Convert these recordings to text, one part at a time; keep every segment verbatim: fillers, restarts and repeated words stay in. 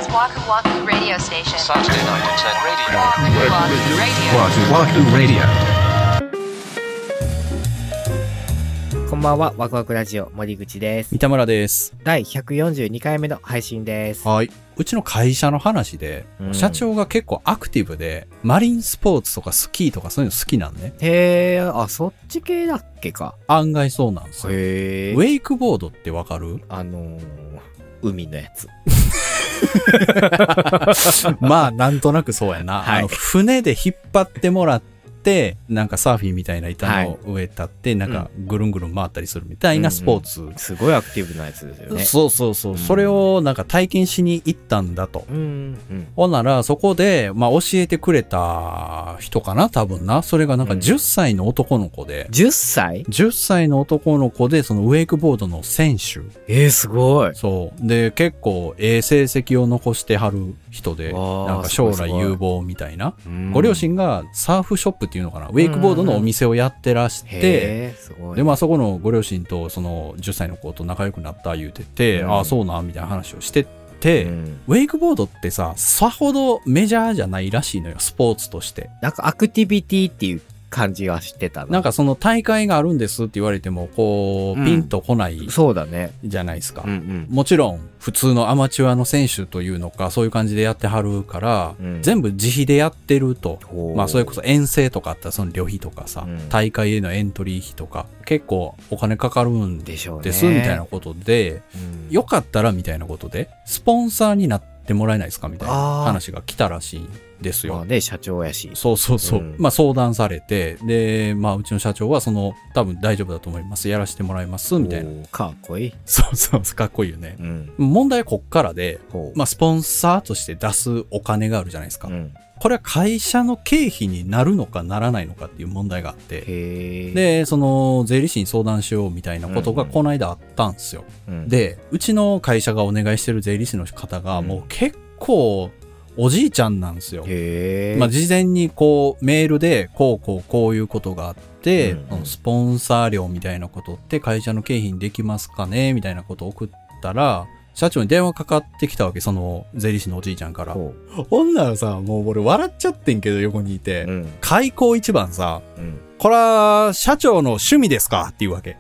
Waku Waku Radio Station. Saturday night at ten radio. Waku Waku Radio. Waku Waku Radio。こんばんは、ワクワクラジオ森口です。 三田村です。 だいひゃくよんじゅうにかいめの配信です。 はい。うちの会社の話で、うん、社長が結構アクティブで、マリンスポーツとかスキーとかそういうの好きなんね。 へえ、あ、そっち系だっけか。 案外そうなんですよ。 へえ。 ウェイクボードってわかる？ あのー、海のやつ。 まあ、なんとなくそうやな。 はい、 あの船で引っ張ってもらって、なんかサーフィンみたいな板の上立って、はい、なんかぐるんぐるん回ったりするみたいなスポーツ、 うんうん、すごいアクティブなやつですよね。 そうそうそう、うん、それをなんか体験しに行ったんだと、 うんうん、 ほんならそこで、まあ、教えてくれた人かな多分な。それがなんかじゅっさいの男の子で、 うん、じゅっさい ?じゅっ歳の男の子でそのウェイクボードの選手。 えー、すごい。 そうで結構ええ成績を残してはる人で、なんか将来有望みたいな。ご両親がサーフショップっていうのかな、ウェイクボードのお店をやってらして、 すごい。 でまあそこのご両親とそのじゅっさいの子と仲良くなった言うてて、うん、ああそうなんみたいな話をしてて、うん、ウェイクボードってささほどメジャーじゃないらしいのよ、スポーツとして。 なんかアクティビティっていう感じはしてたの。 なんかその大会があるんですって言われてもこう、うん、ピンとこないそうだねじゃないですか、 うんうん、 もちろん普通のアマチュアの選手というのかそういう感じでやってはるから、うん、全部自費でやってると、まあそれこそ遠征とかあったらその旅費とかさ、うん、大会へのエントリー費とか結構お金かかるんですみたいなことで、うん、よかったらみたいなことでスポンサーになってもらえないですかみたいな話が来たらしいですよ。 まあね、社長やし。 そうそうそう。うん、まあ相談されて、で、まあうちの社長はその多分大丈夫だと思います。やらせてもらいますみたいな。 かっこいい。 そうそうかっこいいよね。うん、問題はこっからで、まあスポンサーとして出すお金があるじゃないですか。うん、これは会社の経費になるのかならないのかっていう問題があって、 へで、その税理士に相談しようみたいなことがこの間あったんですよ。うんうん、で、うちの会社がお願いしてる税理士の方がもう結構おじいちゃんなんですよ。 へまあ、事前にこうメールでこうこうこういうことがあって、うんうん、スポンサー料みたいなことって会社の経費にできますかねみたいなことを送ったら、社長に電話かかってきたわけ、その税理士のおじいちゃんから。ほんならさ、もう俺笑っちゃってんけど横にいて、うん、開口一番さ、うん、これは社長の趣味ですかって言うわけ。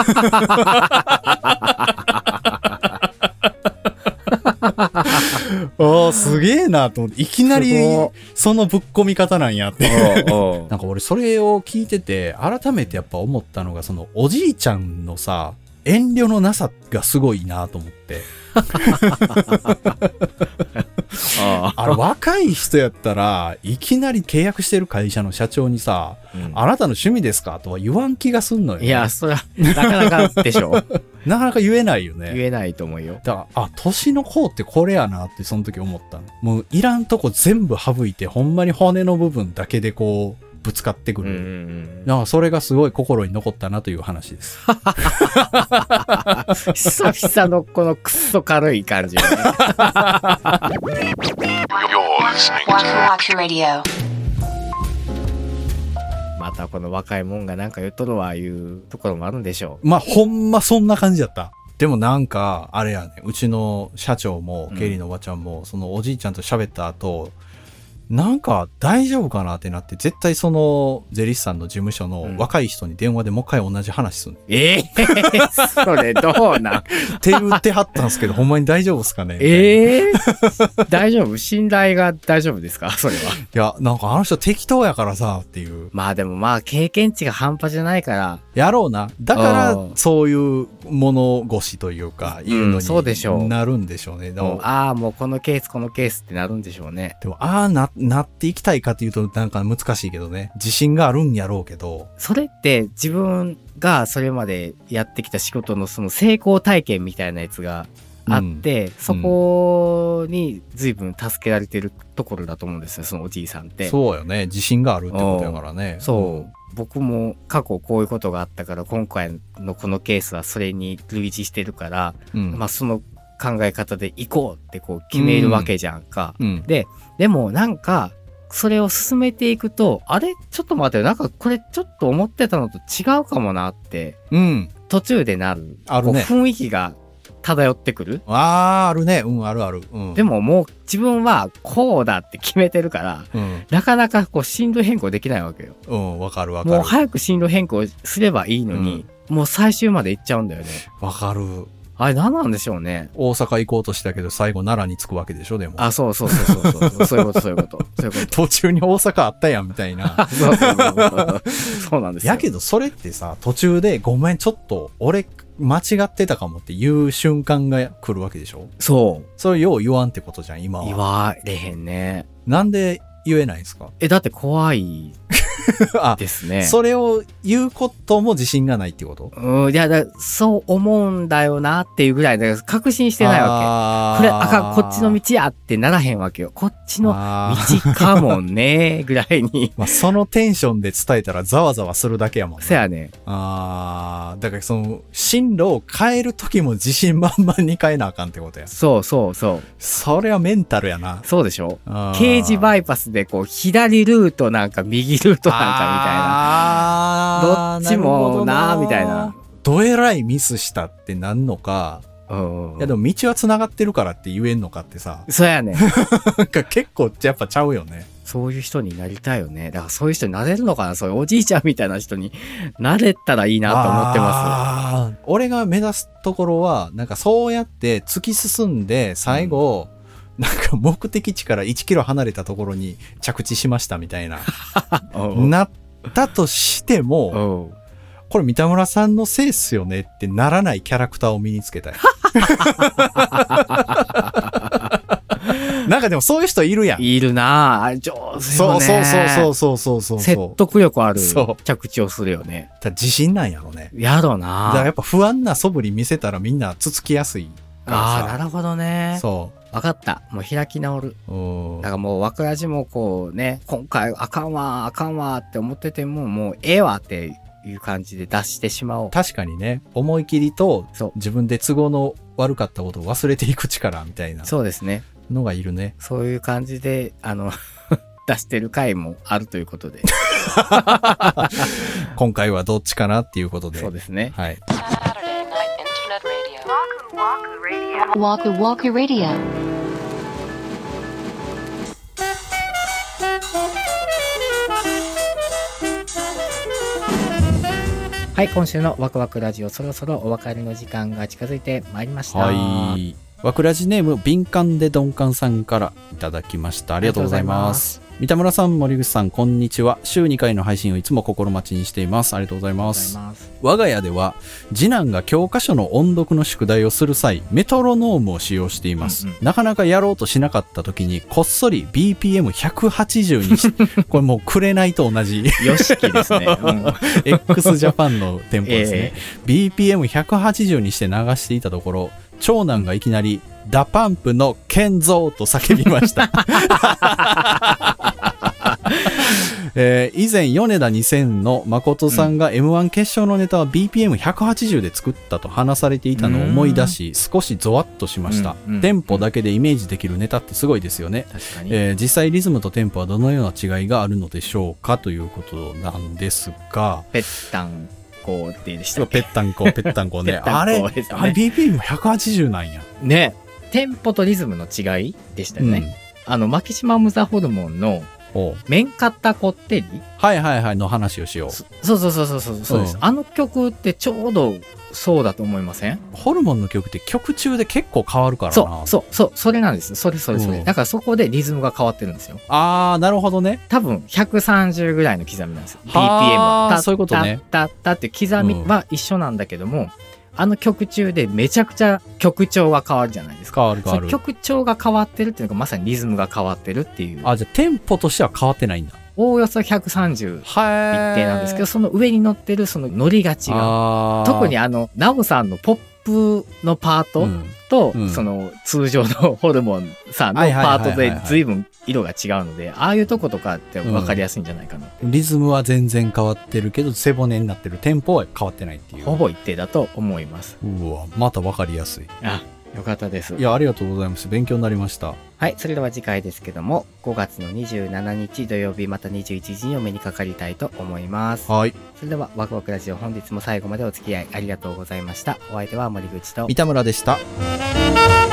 おーすげえなと思って、いきなりそのぶっ込み方なんやってなんか俺それを聞いてて改めてやっぱ思ったのが、そのおじいちゃんのさ遠慮のなさがすごいなと思ってああれ若い人やったらいきなり契約してる会社の社長にさ、うん、あなたの趣味ですかとは言わん気がすんのよ、ね、 いやそれはなかなかでしょなかなか言えないよね。 言えないと思うよ。 だからあ年の子ってこれやなってその時思ったの。もういらんとこ全部省いてほんまに骨の部分だけでこうぶつかってくる。うんうん、なんかそれがすごい心に残ったなという話です。 久々のこのクソ軽い感じ、ね。またこの若いもんがなんか言っとるわいうところもあるんでしょう。まあほんまそんな感じだった。でもなんかあれやね、うちの社長も経理のおばちゃんも、うん、そのおじいちゃんと喋った後。なんか大丈夫かなってなって、絶対その税理士さんの事務所の若い人に電話でもう一回同じ話する、うん、 えー、それどうなんって言ってはったんですけどほんまに大丈夫ですかね。 えー、大丈夫？信頼が大丈夫ですかそれは。いやなんかあの人適当やからさっていう。 まあでもまあ経験値が半端じゃないからやろうな。だからそういう物腰というかいうのになるんでしょうね。うん、 でもああもうこのケースこのケースってなるんでしょうね。 でもああななっていきたいかっていうとなんか難しいけどね、自信があるんやろうけど、 それって自分がそれまでやってきた仕事のその成功体験みたいなやつがあって、うん、そこに随分助けられてるところだと思うんですよ、そのおじいさんって。 そうよね、自信があるってことだからね。 そう、うん、僕も過去こういうことがあったから今回のこのケースはそれに類似してるから、うん、まあその考え方で行こうってこう決めるわけじゃんか、うんうん、ででもなんかそれを進めていくと、あれちょっと待ってよ、なんかこれちょっと思ってたのと違うかもなって、うん、途中でなる、 あるね、 雰囲気が漂ってくる。 あー、あるね。うん、あるある。うん、 でももう自分はこうだって決めてるから、うん、なかなかこう進路変更できないわけよ。 うん、わかるわかる。 もう早く進路変更すればいいのに、うん、もう最終まで行っちゃうんだよね。 わかる。 あれ何なんでしょうね。 大阪行こうとしたけど最後奈良に着くわけでしょ、でも。 あ、そうそうそうそうそう。そういうことそういうこと。そういうこと。 途中に大阪あったやんみたいな。 そうそうそうそう。そうなんですよ。 やけどそれってさ、途中でごめんちょっと俺間違ってたかもっていう瞬間が来るわけでしょ。 そう。 それよう言わんってことじゃん、今は。 言われへんね。 なんで言えないんですか？ え、だって怖いですね。 それを言うことも自信がないってこと？ うん、いやだ、そう思うんだよなっていうぐらいで確信してないわけ。これあかん、こっちの道やってならへんわけよ。こっちの道かもねぐらいに。 まあそのテンションで伝えたらざわざわするだけやもんね。 そやね。 ああ、だからその進路を変える時も自信満々に変えなあかんってことや。 そうそうそう。 それはメンタルやな。 そうでしょ。刑事バイパスでこう左ルートなんか右ルートなんかみたいな。どっちもなーみたいな。 どえらいミスしたってなんのか。うん、いやでも道は繋がってるからって言えんのかってさ。 そうやね。 なんか結構やっぱちゃうよね。 そういう人になりたいよね。だからそういう人になれるのかな。そういうおじいちゃんみたいな人になれたらいいなと思ってます。 俺が目指すところは、なんかそうやって突き進んで最後、うん、なんか目的地からいちキロ離れたところに着地しましたみたいな。なったとしても、これ三田村さんのせいっすよねってならないキャラクターを身につけたい。なんかでもそういう人いるやん。 いるなぁ。上手よね。 そうそうそうそうそうそう。 説得力ある着地をするよね。 だ自信なんやろね。 やろなぁ。 だからやっぱ不安な素振り見せたらみんなつつきやすい。 ああ、なるほどね。 そう。 わかった。もう開き直る。だからもう、わくらじもこうね、今回あかんわ、あかんわって思ってても、もうええわっていう感じで出してしまおう。 確かにね、思い切りと、自分で都合の悪かったことを忘れていく力みたいな。 そうですね。 のがいるね。 そういう感じで、あの、出してる回もあるということで。 今回はどっちかなっていうことで。 そうですね。 はい。 Waku Waku Radio. はい、今週のワクワクラジオ、そろそろお別れの時間が近づいてまいりました。 はい。ワクラジネーム敏感で鈍感さんからいただきました。ありがとうございます。三田村さん、森口さん、こんにちは。週にかいの配信をいつも心待ちにしています。ありがとうございます。我が家では次男が教科書の音読の宿題をする際、メトロノームを使用しています。うんうん、なかなかやろうとしなかった時にこっそり ビーピーエムひゃくはちじゅう にしこれもう紅と同じよしきですね、うん、 X ジャパンの店舗ですね、えー、ビーピーエムひゃくはちじゅう にして流していたところ、長男がいきなりダパンプの健三と叫びましたえー、以前米田にせんの誠さんが エムワン 決勝のネタは ビーピーエムひゃくはちじゅう で作ったと話されていたのを思い出し、少しゾワッとしました、うんうん、テンポだけでイメージできるネタってすごいですよね。確かに、えー、実際リズムとテンポはどのような違いがあるのでしょうかということなんですが、 ペッタンコって言いでしたっけ。ペッタンコペッタンコねあれ、ね、あれ ビーピーエムひゃくはちじゅう なんやね。テンポとリズムの違いでしたよね、うん、あのマキシマムザホルモンの麺カッタこってりはいはいはいの話をしよう。 そうそうそうそうそうそうです、うん、あの曲ってちょうどそうだと思いません？ ホルモンの曲って曲中で結構変わるからな。 そうそうそう、それなんです。それそれそれ、うん、だからそこでリズムが変わってるんですよ。 あーなるほどね。 多分ひゃくさんじゅうぐらいの刻みなんですよ。 ビーピーエム はそういうことね。 タッタッタって刻みは一緒なんだけども、うん、あの曲中でめちゃくちゃ曲調が変わるじゃないですか。 変わる変わる。 曲調が変わってるっていうのがまさにリズムが変わってるっていう。 あ、じゃあテンポとしては変わってないんだ。 おおよそひゃくさんじゅう一定なんですけど、その上に乗ってるそのノリが違う。特にあのナオさんのポップのパートと、うん、その通常のホルモンさんのパートで随分色が違うので、ああいうとことかって分かりやすいんじゃないかな、 うん、リズムは全然変わってるけど背骨になってるテンポは変わってないっていう。 ほぼ一定だと思います。 うわ、また分かりやすい。 あ、 よかったです。 いや、ありがとうございます。勉強になりました。 はい、それでは次回ですけども、ごがつのにじゅうしちにち土曜日またにじゅういちじにお目にかかりたいと思います。 はい。 それではワクワクラジオ、本日も最後までお付き合いありがとうございました。お相手は森口と三田村でした。